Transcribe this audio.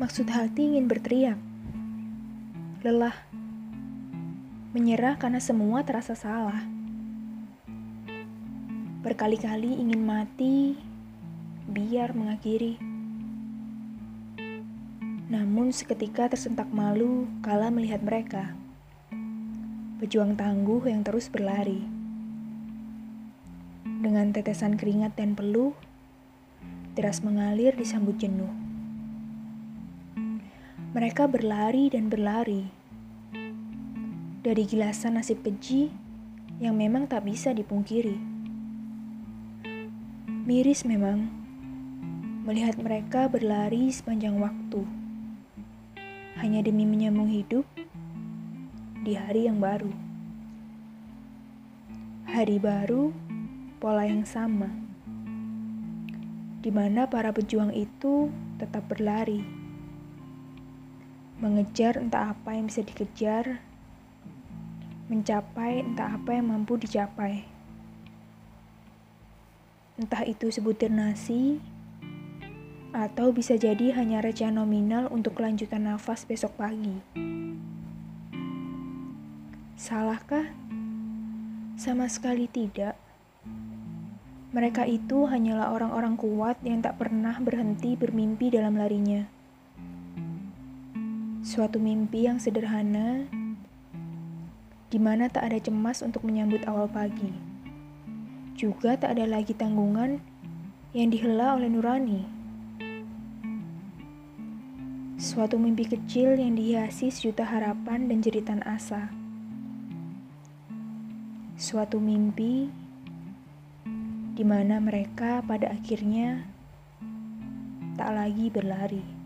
Maksud hati ingin berteriak, lelah, menyerah karena semua terasa salah. Berkali-kali ingin mati, biar mengakhiri. Namun seketika tersentak malu kala melihat mereka, pejuang tangguh yang terus berlari. Dengan tetesan keringat dan peluh, deras mengalir disambut jenuh. Mereka berlari dan berlari dari gilasan nasib keji yang memang tak bisa dipungkiri. Miris memang melihat mereka berlari sepanjang waktu, hanya demi menyambung hidup di hari yang baru. Hari baru, pola yang sama, di mana para pejuang itu tetap berlari, mengejar entah apa yang bisa dikejar, mencapai entah apa yang mampu dicapai. Entah itu sebutir nasi, atau bisa jadi hanya recehan nominal untuk kelanjutan nafas besok pagi. Salahkah? Sama sekali tidak. Mereka itu hanyalah orang-orang kuat yang tak pernah berhenti bermimpi dalam larinya. Suatu mimpi yang sederhana, di mana tak ada cemas untuk menyambut awal pagi. Juga tak ada lagi tanggungan yang dihela oleh nurani. Suatu mimpi kecil yang dihiasi sejuta harapan dan jeritan asa. Suatu mimpi di mana mereka pada akhirnya tak lagi berlari.